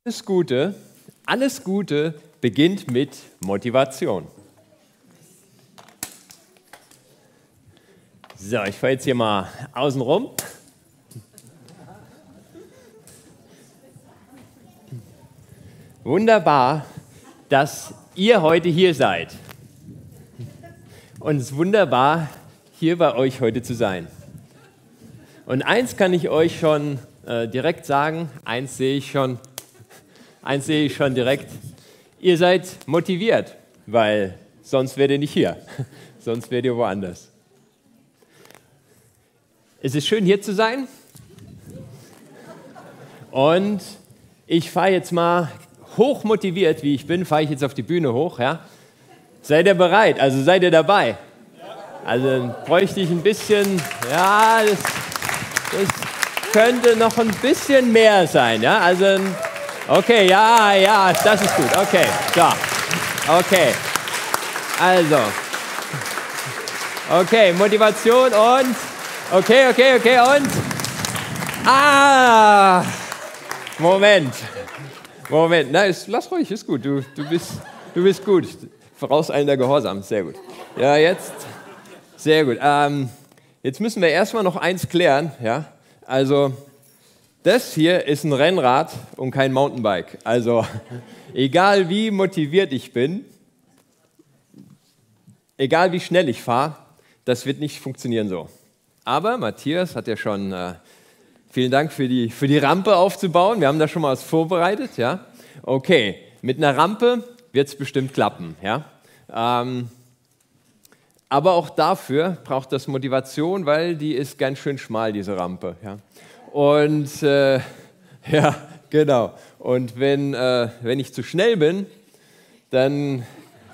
Alles Gute beginnt mit Motivation. So, ich fahre jetzt hier mal außen rum. Wunderbar, dass ihr heute hier seid. Und es ist wunderbar, hier bei euch heute zu sein. Und eins kann ich euch schon direkt sagen, eins sehe ich schon direkt. Ihr seid motiviert, weil sonst wärt ihr nicht hier, sonst wärt ihr woanders. Es ist schön, hier zu sein. Und ich fahre jetzt mal hoch motiviert, wie ich bin, fahre ich jetzt auf die Bühne hoch. Ja? Seid ihr bereit? Also seid ihr dabei? Also dann bräuchte ich ein bisschen, ja, das könnte noch ein bisschen mehr sein. Ja? Also, okay, ja, das ist gut. Okay, so, okay. Also, okay, Motivation und, okay, und, Moment, na, lass ruhig, ist gut, du bist gut, vorauseilender Gehorsam, sehr gut. Ja, jetzt, sehr gut. Jetzt müssen wir erstmal noch eins klären, ja, also das hier ist ein Rennrad und kein Mountainbike, also egal wie motiviert ich bin, egal wie schnell ich fahre, das wird nicht funktionieren so. Aber Matthias hat ja schon, vielen Dank für die Rampe aufzubauen, wir haben da schon mal was vorbereitet, ja. Okay, mit einer Rampe wird es bestimmt klappen, ja. Aber auch dafür braucht das Motivation, weil die ist ganz schön schmal, diese Rampe. Ja. Und ja, genau. Und wenn ich zu schnell bin, dann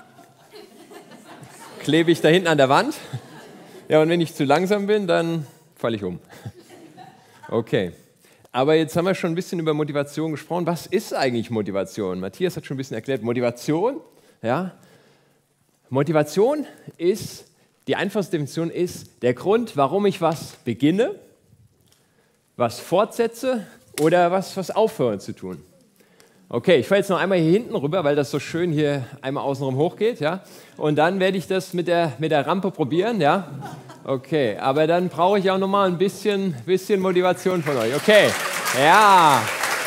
klebe ich da hinten an der Wand. Ja, und wenn ich zu langsam bin, dann falle ich um. Okay. Aber jetzt haben wir schon ein bisschen über Motivation gesprochen. Was ist eigentlich Motivation? Matthias hat schon ein bisschen erklärt. Motivation, ja. Motivation ist, die einfachste Definition ist der Grund, warum ich was beginne, was fortsetze oder was aufhöre zu tun. Okay, ich fahre jetzt noch einmal hier hinten rüber, weil das so schön hier einmal außenrum hochgeht, ja. Und dann werde ich das mit der Rampe probieren, ja. Okay, aber dann brauche ich auch noch mal ein bisschen Motivation von euch. Okay, ja.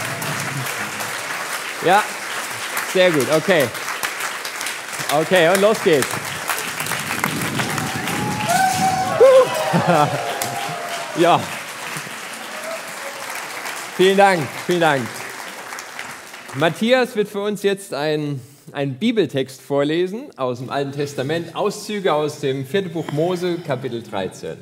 Ja, sehr gut, okay. Okay, und los geht's. Ja. Vielen Dank. Matthias wird für uns jetzt einen Bibeltext vorlesen aus dem Alten Testament, Auszüge aus dem 4. Buch Mose, Kapitel 13.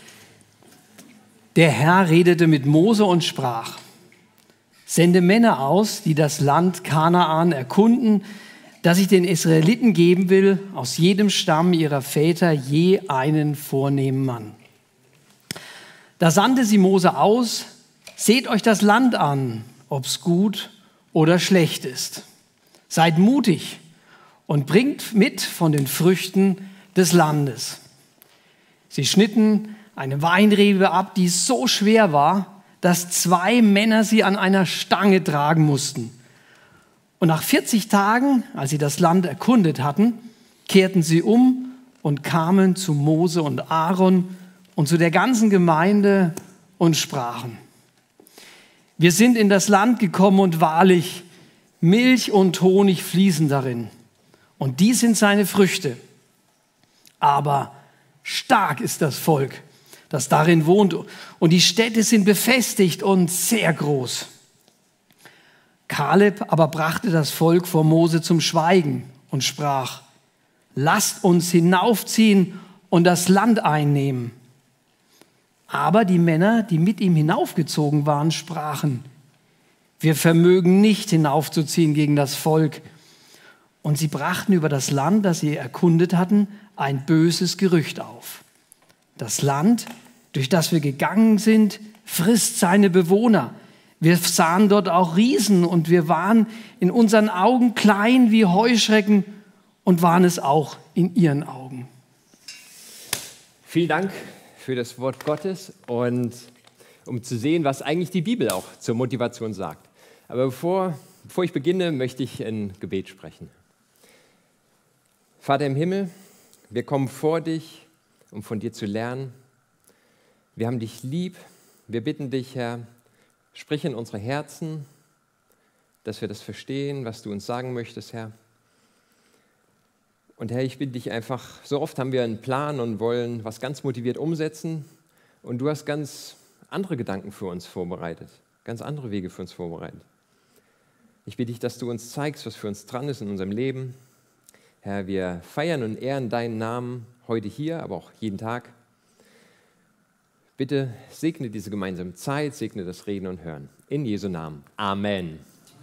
Der Herr redete mit Mose und sprach: Sende Männer aus, die das Land Kanaan erkunden, das ich den Israeliten geben will, aus jedem Stamm ihrer Väter je einen vornehmen Mann. Da sandte sie Mose aus: Seht euch das Land an, ob's gut oder schlecht ist. Seid mutig und bringt mit von den Früchten des Landes. Sie schnitten eine Weinrebe ab, die so schwer war, dass 2 Männer sie an einer Stange tragen mussten. Und nach 40 Tagen, als sie das Land erkundet hatten, kehrten sie um und kamen zu Mose und Aaron und zu der ganzen Gemeinde und sprachen: Wir sind in das Land gekommen und wahrlich, Milch und Honig fließen darin. Und die sind seine Früchte. Aber stark ist das Volk, das darin wohnt. Und die Städte sind befestigt und sehr groß. Kaleb aber brachte das Volk vor Mose zum Schweigen und sprach: Lasst uns hinaufziehen und das Land einnehmen. Aber die Männer, die mit ihm hinaufgezogen waren, sprachen: Wir vermögen nicht hinaufzuziehen gegen das Volk. Und sie brachten über das Land, das sie erkundet hatten, ein böses Gerücht auf. Das Land, durch das wir gegangen sind, frisst seine Bewohner. Wir sahen dort auch Riesen und wir waren in unseren Augen klein wie Heuschrecken und waren es auch in ihren Augen. Vielen Dank für das Wort Gottes und um zu sehen, was eigentlich die Bibel auch zur Motivation sagt. Aber bevor Bevor ich beginne, möchte ich ein Gebet sprechen. Vater im Himmel, wir kommen vor dich, um von dir zu lernen. Wir haben dich lieb. Wir bitten dich, Herr, sprich in unsere Herzen, dass wir das verstehen, was du uns sagen möchtest, Herr. Und Herr, ich bitte dich einfach, so oft haben wir einen Plan und wollen was ganz motiviert umsetzen und du hast ganz andere Gedanken für uns vorbereitet, ganz andere Wege für uns vorbereitet. Ich bitte dich, dass du uns zeigst, was für uns dran ist in unserem Leben. Herr, wir feiern und ehren deinen Namen heute hier, aber auch jeden Tag. Bitte segne diese gemeinsame Zeit, segne das Reden und Hören. In Jesu Namen. Amen.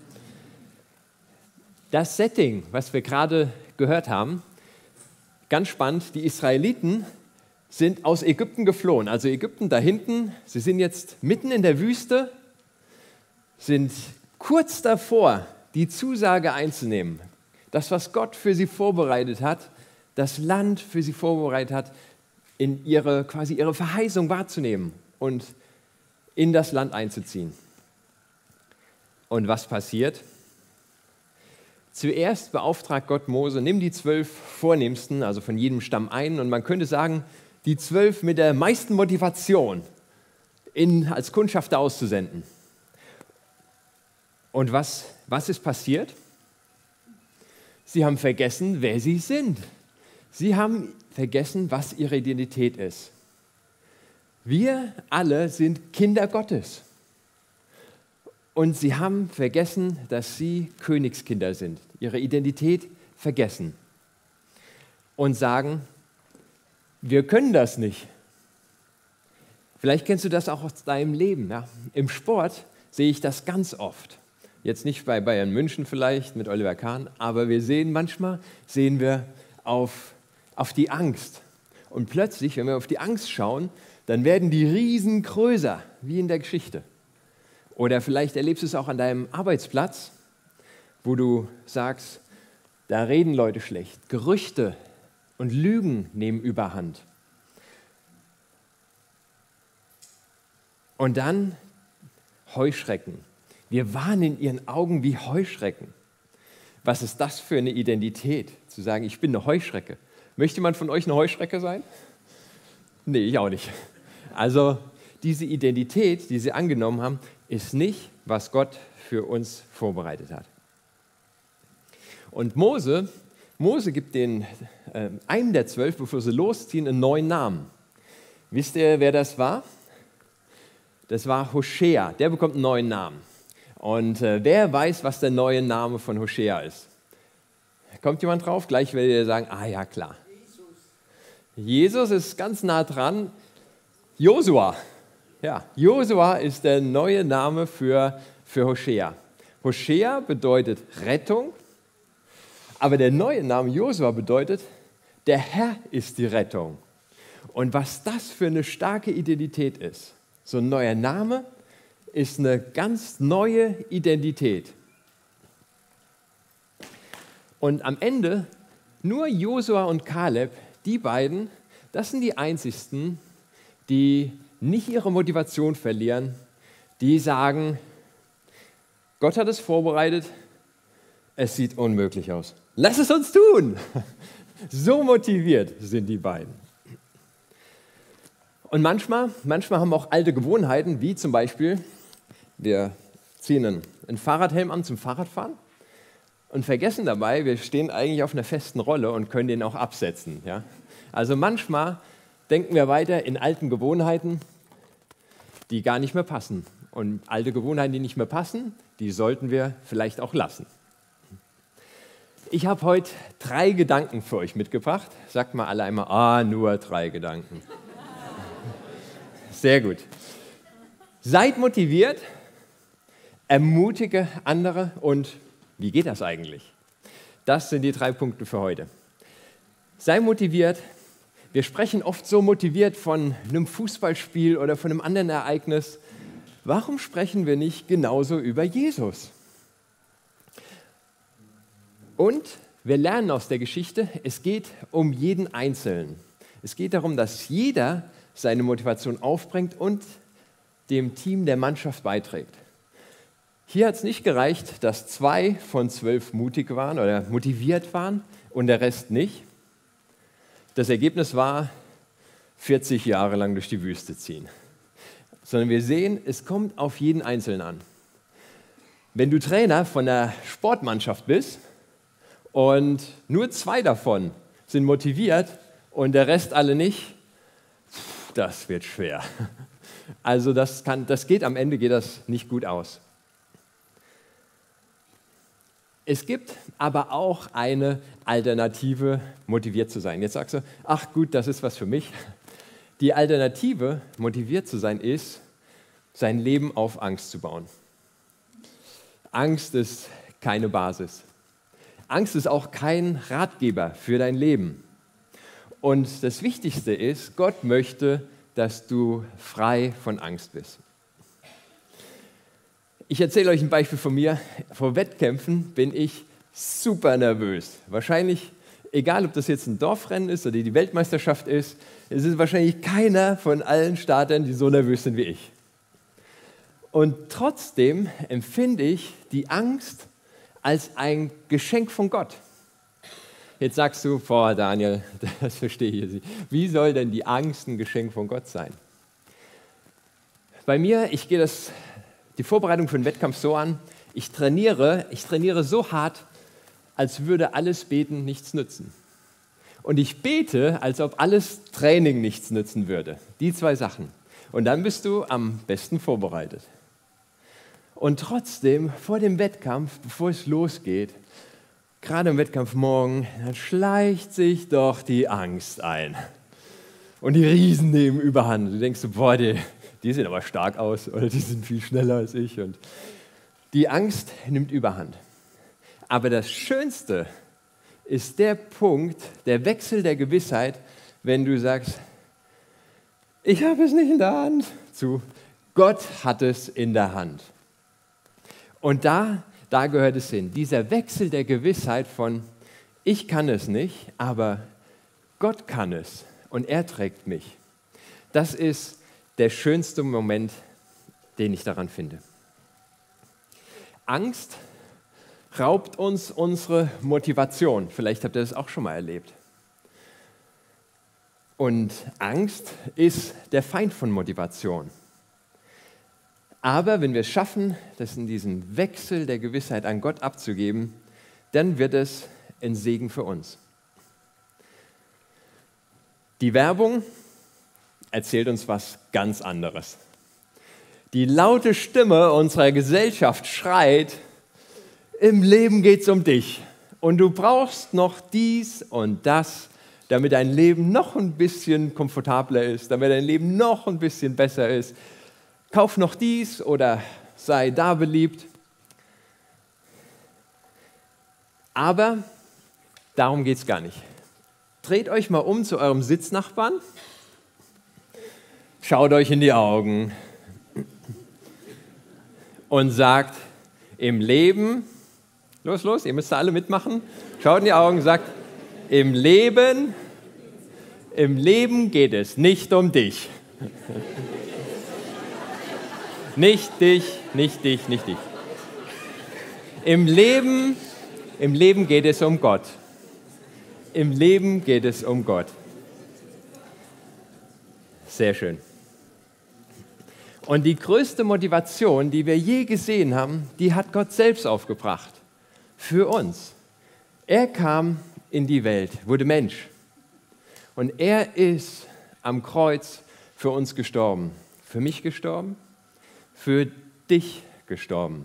Das Setting, was wir gerade gehört haben, ganz spannend, die Israeliten sind aus Ägypten geflohen. Also Ägypten da hinten, sie sind jetzt mitten in der Wüste, sind kurz davor, die Zusage einzunehmen. Das, was Gott für sie vorbereitet hat, das Land für sie vorbereitet hat, in ihre Verheißung wahrzunehmen und in das Land einzuziehen. Und was passiert? Zuerst beauftragt Gott Mose, nimm die 12 Vornehmsten, also von jedem Stamm ein, und man könnte sagen, die 12 mit der meisten Motivation als Kundschafter auszusenden. Und was ist passiert? Sie haben vergessen, wer sie sind. Sie haben vergessen, was ihre Identität ist. Wir alle sind Kinder Gottes. Und sie haben vergessen, dass sie Königskinder sind, ihre Identität vergessen und sagen, wir können das nicht. Vielleicht kennst du das auch aus deinem Leben. Ja? Im Sport sehe ich das ganz oft. Jetzt nicht bei Bayern München vielleicht mit Oliver Kahn, aber manchmal sehen wir auf die Angst. Und plötzlich, wenn wir auf die Angst schauen, dann werden die Riesen größer, wie in der Geschichte. Oder vielleicht erlebst du es auch an deinem Arbeitsplatz, wo du sagst, da reden Leute schlecht. Gerüchte und Lügen nehmen überhand. Und dann Heuschrecken. Wir waren in ihren Augen wie Heuschrecken. Was ist das für eine Identität, zu sagen, ich bin eine Heuschrecke? Möchte jemand von euch eine Heuschrecke sein? Nee, ich auch nicht. Also diese Identität, die sie angenommen haben, ist nicht, was Gott für uns vorbereitet hat. Und Mose gibt einem der 12, bevor sie losziehen, einen neuen Namen. Wisst ihr, wer das war? Das war Hoshea, der bekommt einen neuen Namen. Und wer weiß, was der neue Name von Hoshea ist? Kommt jemand drauf? Gleich werdet ihr sagen, ja klar. Jesus ist ganz nah dran. Josua. Ja, Josua ist der neue Name für Hoshea. Hoshea bedeutet Rettung, aber der neue Name Josua bedeutet, der Herr ist die Rettung. Und was das für eine starke Identität ist, so ein neuer Name, ist eine ganz neue Identität. Und am Ende nur Josua und Kaleb, die beiden, das sind die einzigsten, die nicht ihre Motivation verlieren, die sagen, Gott hat es vorbereitet, es sieht unmöglich aus. Lass es uns tun! So motiviert sind die beiden. Und manchmal haben wir auch alte Gewohnheiten, wie zum Beispiel, wir ziehen einen Fahrradhelm an zum Fahrradfahren und vergessen dabei, wir stehen eigentlich auf einer festen Rolle und können den auch absetzen. Ja? Also manchmal denken wir weiter in alten Gewohnheiten, die gar nicht mehr passen. Und alte Gewohnheiten, die nicht mehr passen, die sollten wir vielleicht auch lassen. Ich habe heute 3 Gedanken für euch mitgebracht. Sagt mal alle einmal, nur 3 Gedanken. Sehr gut. Seid motiviert, ermutige andere und wie geht das eigentlich? Das sind die 3 Punkte für heute. Sei motiviert. Wir sprechen oft so motiviert von einem Fußballspiel oder von einem anderen Ereignis. Warum sprechen wir nicht genauso über Jesus? Und wir lernen aus der Geschichte, es geht um jeden Einzelnen. Es geht darum, dass jeder seine Motivation aufbringt und dem Team der Mannschaft beiträgt. Hier hat es nicht gereicht, dass 2 von 12 mutig waren oder motiviert waren und der Rest nicht. Das Ergebnis war 40 Jahre lang durch die Wüste ziehen. Sondern wir sehen, es kommt auf jeden Einzelnen an. Wenn du Trainer von einer Sportmannschaft bist und nur 2 davon sind motiviert und der Rest alle nicht, das wird schwer. Also am Ende geht das nicht gut aus. Es gibt aber auch eine Alternative, motiviert zu sein. Jetzt sagst du, ach gut, das ist was für mich. Die Alternative, motiviert zu sein, ist, sein Leben auf Angst zu bauen. Angst ist keine Basis. Angst ist auch kein Ratgeber für dein Leben. Und das Wichtigste ist, Gott möchte, dass du frei von Angst bist. Ich erzähle euch ein Beispiel von mir. Vor Wettkämpfen bin ich super nervös. Wahrscheinlich, egal ob das jetzt ein Dorfrennen ist oder die Weltmeisterschaft ist, es ist wahrscheinlich keiner von allen Startern, die so nervös sind wie ich. Und trotzdem empfinde ich die Angst als ein Geschenk von Gott. Jetzt sagst du, boah Daniel, das verstehe ich nicht. Wie soll denn die Angst ein Geschenk von Gott sein? Bei mir, ich gehe die Vorbereitung für den Wettkampf so an, ich trainiere so hart, als würde alles Beten nichts nützen. Und ich bete, als ob alles Training nichts nützen würde. Die 2 Sachen. Und dann bist du am besten vorbereitet. Und trotzdem, vor dem Wettkampf, bevor es losgeht, gerade im Wettkampf morgen, dann schleicht sich doch die Angst ein. Und die Riesen nehmen Überhand. Du denkst, boah, die sehen aber stark aus oder die sind viel schneller als ich. Und die Angst nimmt Überhand. Aber das Schönste ist der Punkt, der Wechsel der Gewissheit, wenn du sagst, ich habe es nicht in der Hand, zu Gott hat es in der Hand. Und da gehört es hin, dieser Wechsel der Gewissheit von, ich kann es nicht, aber Gott kann es und er trägt mich. Das ist der schönste Moment, den ich daran finde. Angst raubt uns unsere Motivation. Vielleicht habt ihr das auch schon mal erlebt. Und Angst ist der Feind von Motivation. Aber wenn wir es schaffen, das in diesem Wechsel der Gewissheit an Gott abzugeben, dann wird es ein Segen für uns. Die Werbung erzählt uns was ganz anderes. Die laute Stimme unserer Gesellschaft schreit, im Leben geht es um dich und du brauchst noch dies und das, damit dein Leben noch ein bisschen komfortabler ist, damit dein Leben noch ein bisschen besser ist. Kauf noch dies oder sei da beliebt. Aber darum geht es gar nicht. Dreht euch mal um zu eurem Sitznachbarn, schaut euch in die Augen und sagt, im Leben, los, ihr müsst da alle mitmachen, schaut in die Augen und sagt, im Leben geht es nicht um dich. Nicht dich. Im Leben geht es um Gott. Im Leben geht es um Gott. Sehr schön. Und die größte Motivation, die wir je gesehen haben, die hat Gott selbst aufgebracht. Für uns. Er kam in die Welt, wurde Mensch. Und er ist am Kreuz für uns gestorben. Für mich gestorben, für dich gestorben.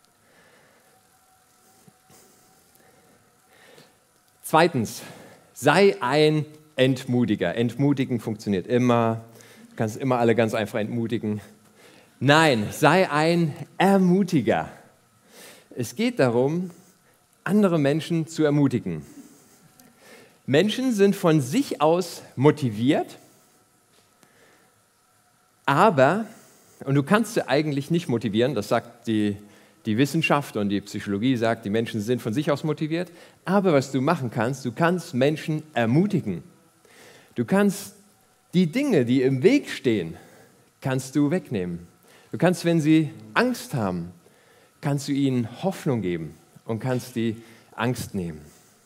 Zweitens, sei ein Entmutiger. Entmutigen funktioniert immer. Du kannst immer alle ganz einfach entmutigen. Nein, sei ein Ermutiger. Es geht darum, andere Menschen zu ermutigen. Menschen sind von sich aus motiviert, aber, und du kannst sie eigentlich nicht motivieren, das sagt die Wissenschaft und die Psychologie sagt, die Menschen sind von sich aus motiviert, aber was du machen kannst, du kannst Menschen ermutigen. Du kannst die Dinge, die im Weg stehen, kannst du wegnehmen. Du kannst, wenn sie Angst haben, kannst du ihnen Hoffnung geben und kannst die Angst nehmen.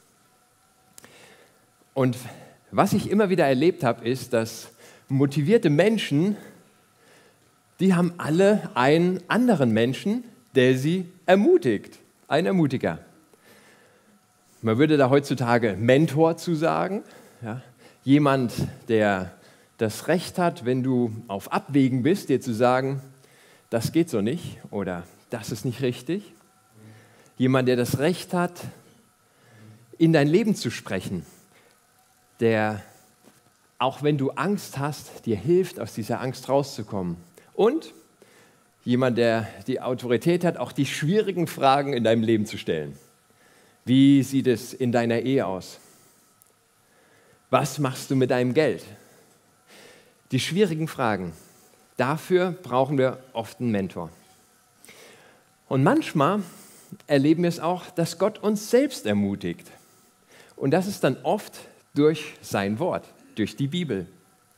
Und was ich immer wieder erlebt habe, ist, dass motivierte Menschen, die haben alle einen anderen Menschen, der sie ermutigt, einen Ermutiger. Man würde da heutzutage Mentor zu sagen, ja? Jemand, der das Recht hat, wenn du auf Abwägen bist, dir zu sagen, das geht so nicht oder das ist nicht richtig. Jemand, der das Recht hat, in dein Leben zu sprechen, der, auch wenn du Angst hast, dir hilft, aus dieser Angst rauszukommen. Und jemand, der die Autorität hat, auch die schwierigen Fragen in deinem Leben zu stellen. Wie sieht es in deiner Ehe aus? Was machst du mit deinem Geld? Die schwierigen Fragen. Dafür brauchen wir oft einen Mentor. Und manchmal erleben wir es auch, dass Gott uns selbst ermutigt. Und das ist dann oft durch sein Wort, durch die Bibel.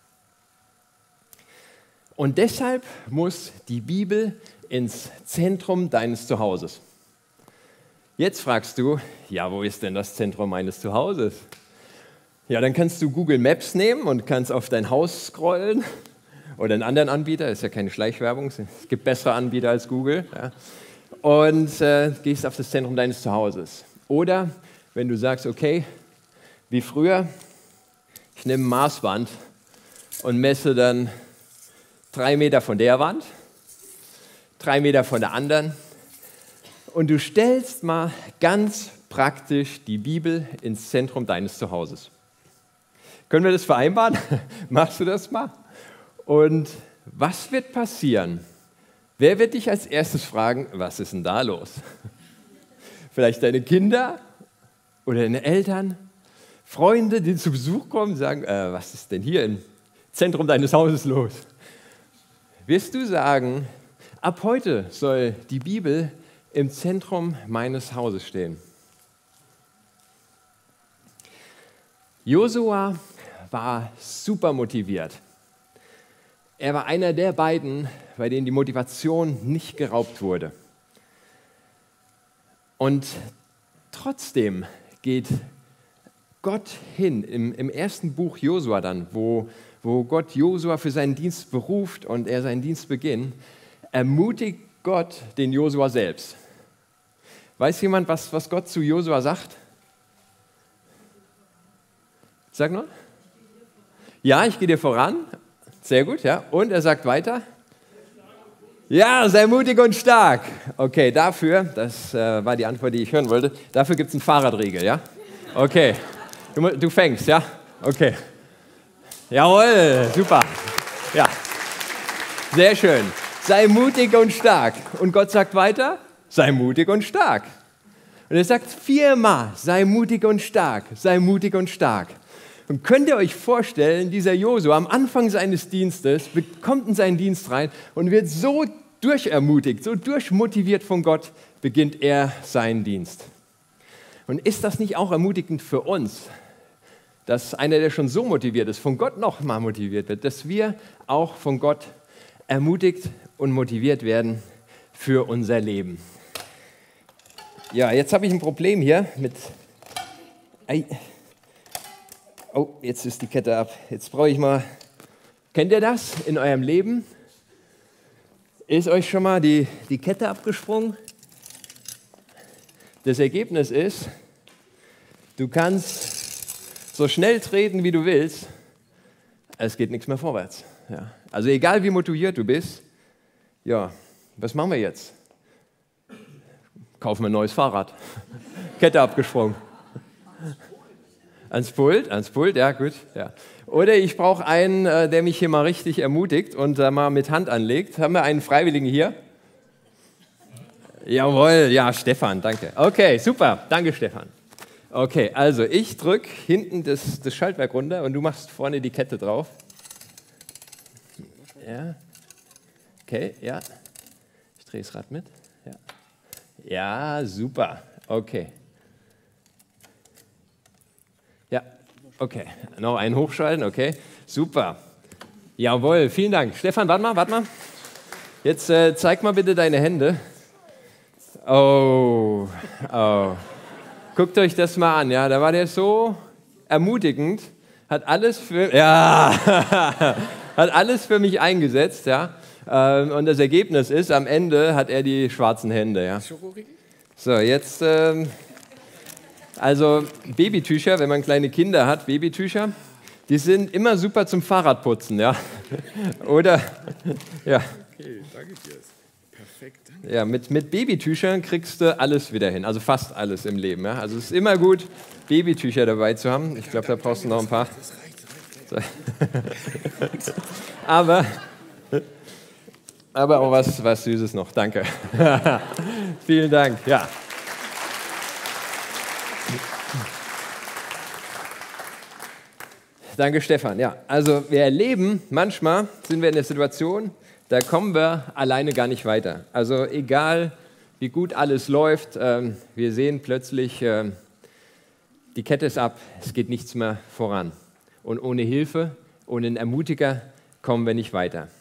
Und deshalb muss die Bibel ins Zentrum deines Zuhauses. Jetzt fragst du, ja, wo ist denn das Zentrum meines Zuhauses? Ja, dann kannst du Google Maps nehmen und kannst auf dein Haus scrollen oder einen anderen Anbieter, ist ja keine Schleichwerbung, es gibt bessere Anbieter als Google. Ja. Und gehst auf das Zentrum deines Zuhauses. Oder wenn du sagst, okay, wie früher, ich nehme ein Maßband und messe dann 3 Meter von der Wand, 3 Meter von der anderen und du stellst mal ganz praktisch die Bibel ins Zentrum deines Zuhauses. Können wir das vereinbaren? Machst du das mal? Und was wird passieren? Wer wird dich als erstes fragen, was ist denn da los? Vielleicht deine Kinder oder deine Eltern, Freunde, die zu Besuch kommen, sagen, was ist denn hier im Zentrum deines Hauses los? Wirst du sagen, ab heute soll die Bibel im Zentrum meines Hauses stehen? Josua war super motiviert. Er war einer der beiden, bei denen die Motivation nicht geraubt wurde. Und trotzdem geht Gott hin, im ersten Buch Josua dann, wo Gott Josua für seinen Dienst beruft und er seinen Dienst beginnt, ermutigt Gott den Josua selbst. Weiß jemand, was Gott zu Josua sagt? Sag nur. Ja, ich gehe dir voran. Sehr gut, ja. Und er sagt weiter. Ja, sei mutig und stark. Okay, dafür, das war die Antwort, die ich hören wollte, dafür gibt es einen Fahrradriegel, ja? Okay, du fängst, ja? Okay. Jawohl, super. Ja, sehr schön. Sei mutig und stark. Und Gott sagt weiter, sei mutig und stark. Und er sagt 4-mal, sei mutig und stark, sei mutig und stark. Und könnt ihr euch vorstellen, dieser Josua am Anfang seines Dienstes kommt in seinen Dienst rein und wird so durchermutigt, so durchmotiviert von Gott, beginnt er seinen Dienst. Und ist das nicht auch ermutigend für uns, dass einer, der schon so motiviert ist, von Gott noch mal motiviert wird, dass wir auch von Gott ermutigt und motiviert werden für unser Leben? Ja, jetzt habe ich ein Problem hier mit... Oh, jetzt ist die Kette ab. Jetzt brauche ich mal... Kennt ihr das in eurem Leben? Ist euch schon mal die Kette abgesprungen? Das Ergebnis ist, du kannst so schnell treten, wie du willst, es geht nichts mehr vorwärts. Ja. Also egal, wie motiviert du bist, ja, was machen wir jetzt? Kaufen wir ein neues Fahrrad. Kette abgesprungen. Ans Pult, ja gut. Ja. Oder ich brauche einen, der mich hier mal richtig ermutigt und mal mit Hand anlegt. Haben wir einen Freiwilligen hier? Jawohl, ja, Stefan, danke. Okay, super, danke Stefan. Okay, also ich drücke hinten das Schaltwerk runter und du machst vorne die Kette drauf. Ja. Okay, ja. Ich drehe das Rad mit. Ja. Ja, super. Okay. Ja, okay. Noch einen hochschalten, okay. Super. Jawohl, vielen Dank. Stefan, warte mal. Jetzt zeig mal bitte deine Hände. Oh, oh. Guckt euch das mal an, ja, da war der so ermutigend, hat alles für, ja, hat alles für mich eingesetzt, ja. Und das Ergebnis ist, am Ende hat er die schwarzen Hände, ja. So, jetzt, also Babytücher, wenn man kleine Kinder hat, Babytücher, die sind immer super zum Fahrradputzen, ja. Oder, ja. Okay, danke dir. Perfekt. Ja, mit Babytüchern kriegst du alles wieder hin, also fast alles im Leben, ja. Also es ist immer gut, Babytücher dabei zu haben. Ich glaube, da brauchst du noch ein paar. Das reicht. Aber auch was Süßes noch, danke. Vielen Dank, ja. Danke, Stefan. Ja, also wir erleben, manchmal sind wir in der Situation, da kommen wir alleine gar nicht weiter. Also egal, wie gut alles läuft, wir sehen plötzlich, die Kette ist ab, es geht nichts mehr voran. Und ohne Hilfe, ohne einen Ermutiger kommen wir nicht weiter.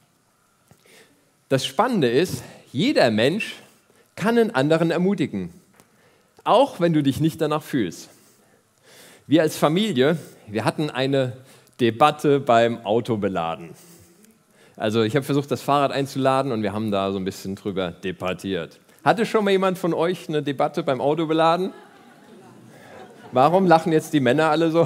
Das Spannende ist, jeder Mensch kann einen anderen ermutigen, auch wenn du dich nicht danach fühlst. Wir als Familie, wir hatten eine Debatte beim Autobeladen. Also ich habe versucht, das Fahrrad einzuladen und wir haben da so ein bisschen drüber debattiert. Hatte schon mal jemand von euch eine Debatte beim Autobeladen? Warum lachen jetzt die Männer alle so?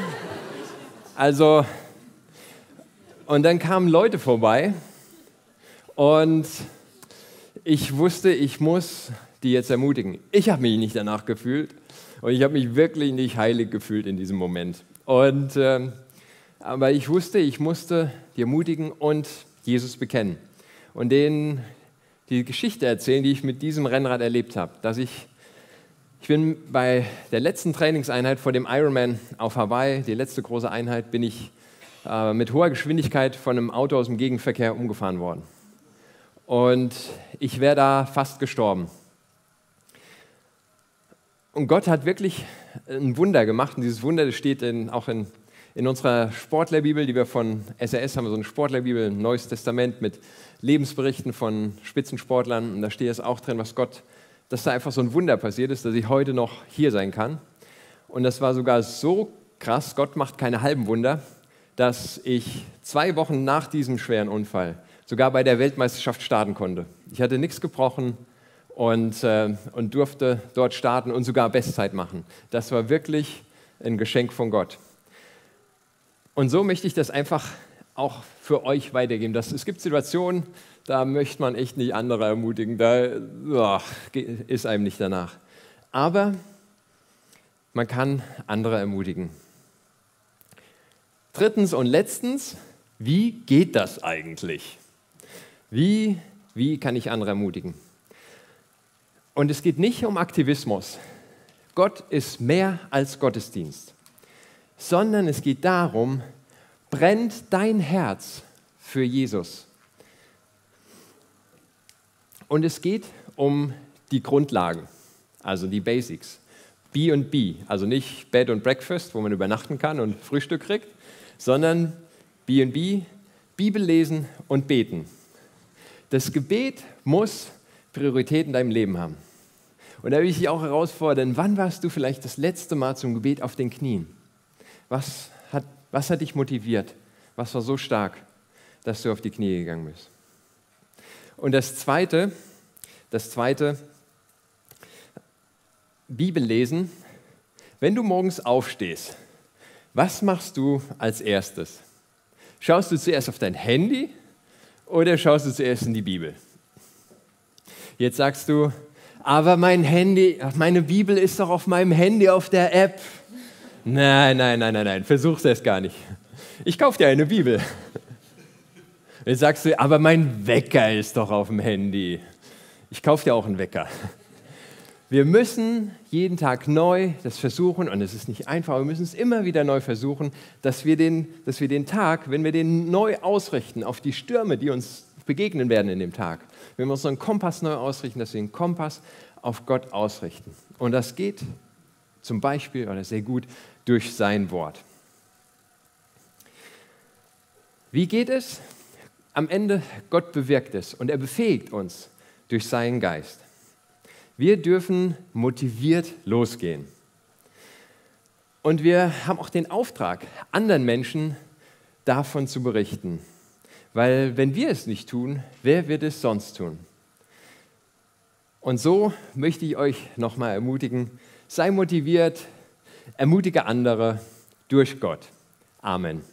Also, und dann kamen Leute vorbei und ich wusste, ich muss die jetzt ermutigen. Ich habe mich nicht danach gefühlt und ich habe mich wirklich nicht heilig gefühlt in diesem Moment. Aber ich wusste, ich musste die ermutigen und Jesus bekennen und denen die Geschichte erzählen, die ich mit diesem Rennrad erlebt habe. Ich bin bei der letzten Trainingseinheit vor dem Ironman auf Hawaii, die letzte große Einheit, bin ich mit hoher Geschwindigkeit von einem Auto aus dem Gegenverkehr umgefahren worden. Und ich wäre da fast gestorben. Und Gott hat wirklich ein Wunder gemacht. Und dieses Wunder, das steht auch in unserer Sportlerbibel, die wir von SRS haben, wir so eine Sportlerbibel, ein Neues Testament mit Lebensberichten von Spitzensportlern. Und da steht es auch drin, dass da einfach so ein Wunder passiert ist, dass ich heute noch hier sein kann. Und das war sogar so krass, Gott macht keine halben Wunder, dass ich 2 Wochen nach diesem schweren Unfall sogar bei der Weltmeisterschaft starten konnte. Ich hatte nichts gebrochen und durfte dort starten und sogar Bestzeit machen. Das war wirklich ein Geschenk von Gott. Und so möchte ich das einfach auch für euch weitergeben. Es gibt Situationen, da möchte man echt nicht andere ermutigen, da ist einem nicht danach. Aber man kann andere ermutigen. Drittens und letztens, wie geht das eigentlich? Wie kann ich andere ermutigen? Und es geht nicht um Aktivismus. Gott ist mehr als Gottesdienst, sondern es geht darum, brennt dein Herz für Jesus. Und es geht um die Grundlagen, also die Basics. B&B, also nicht Bed and Breakfast, wo man übernachten kann und Frühstück kriegt, sondern B&B, Bibel lesen und beten. Das Gebet muss Priorität in deinem Leben haben. Und da will ich dich auch herausfordern, wann warst du vielleicht das letzte Mal zum Gebet auf den Knien? Was hat dich motiviert? Was war so stark, dass du auf die Knie gegangen bist? Und das Zweite, Bibel lesen. Wenn du morgens aufstehst, was machst du als erstes? Schaust du zuerst auf dein Handy oder schaust du zuerst in die Bibel? Jetzt sagst du, aber meine Bibel ist doch auf meinem Handy auf der App. Nein, versuch's erst gar nicht. Ich kaufe dir eine Bibel. Jetzt sagst du, aber mein Wecker ist doch auf dem Handy. Ich kaufe dir auch einen Wecker. Wir müssen jeden Tag neu das versuchen, und es ist nicht einfach, wir müssen es immer wieder neu versuchen, dass wir den Tag, wenn wir den neu ausrichten auf die Stürme, die uns begegnen werden in dem Tag, wenn wir unseren Kompass neu ausrichten, dass wir den Kompass auf Gott ausrichten. Und das geht zum Beispiel, oder sehr gut, durch sein Wort. Wie geht es? Am Ende, Gott bewirkt es und er befähigt uns durch seinen Geist. Wir dürfen motiviert losgehen. Und wir haben auch den Auftrag, anderen Menschen davon zu berichten. Weil wenn wir es nicht tun, wer wird es sonst tun? Und so möchte ich euch nochmal ermutigen, sei motiviert, ermutige andere durch Gott. Amen.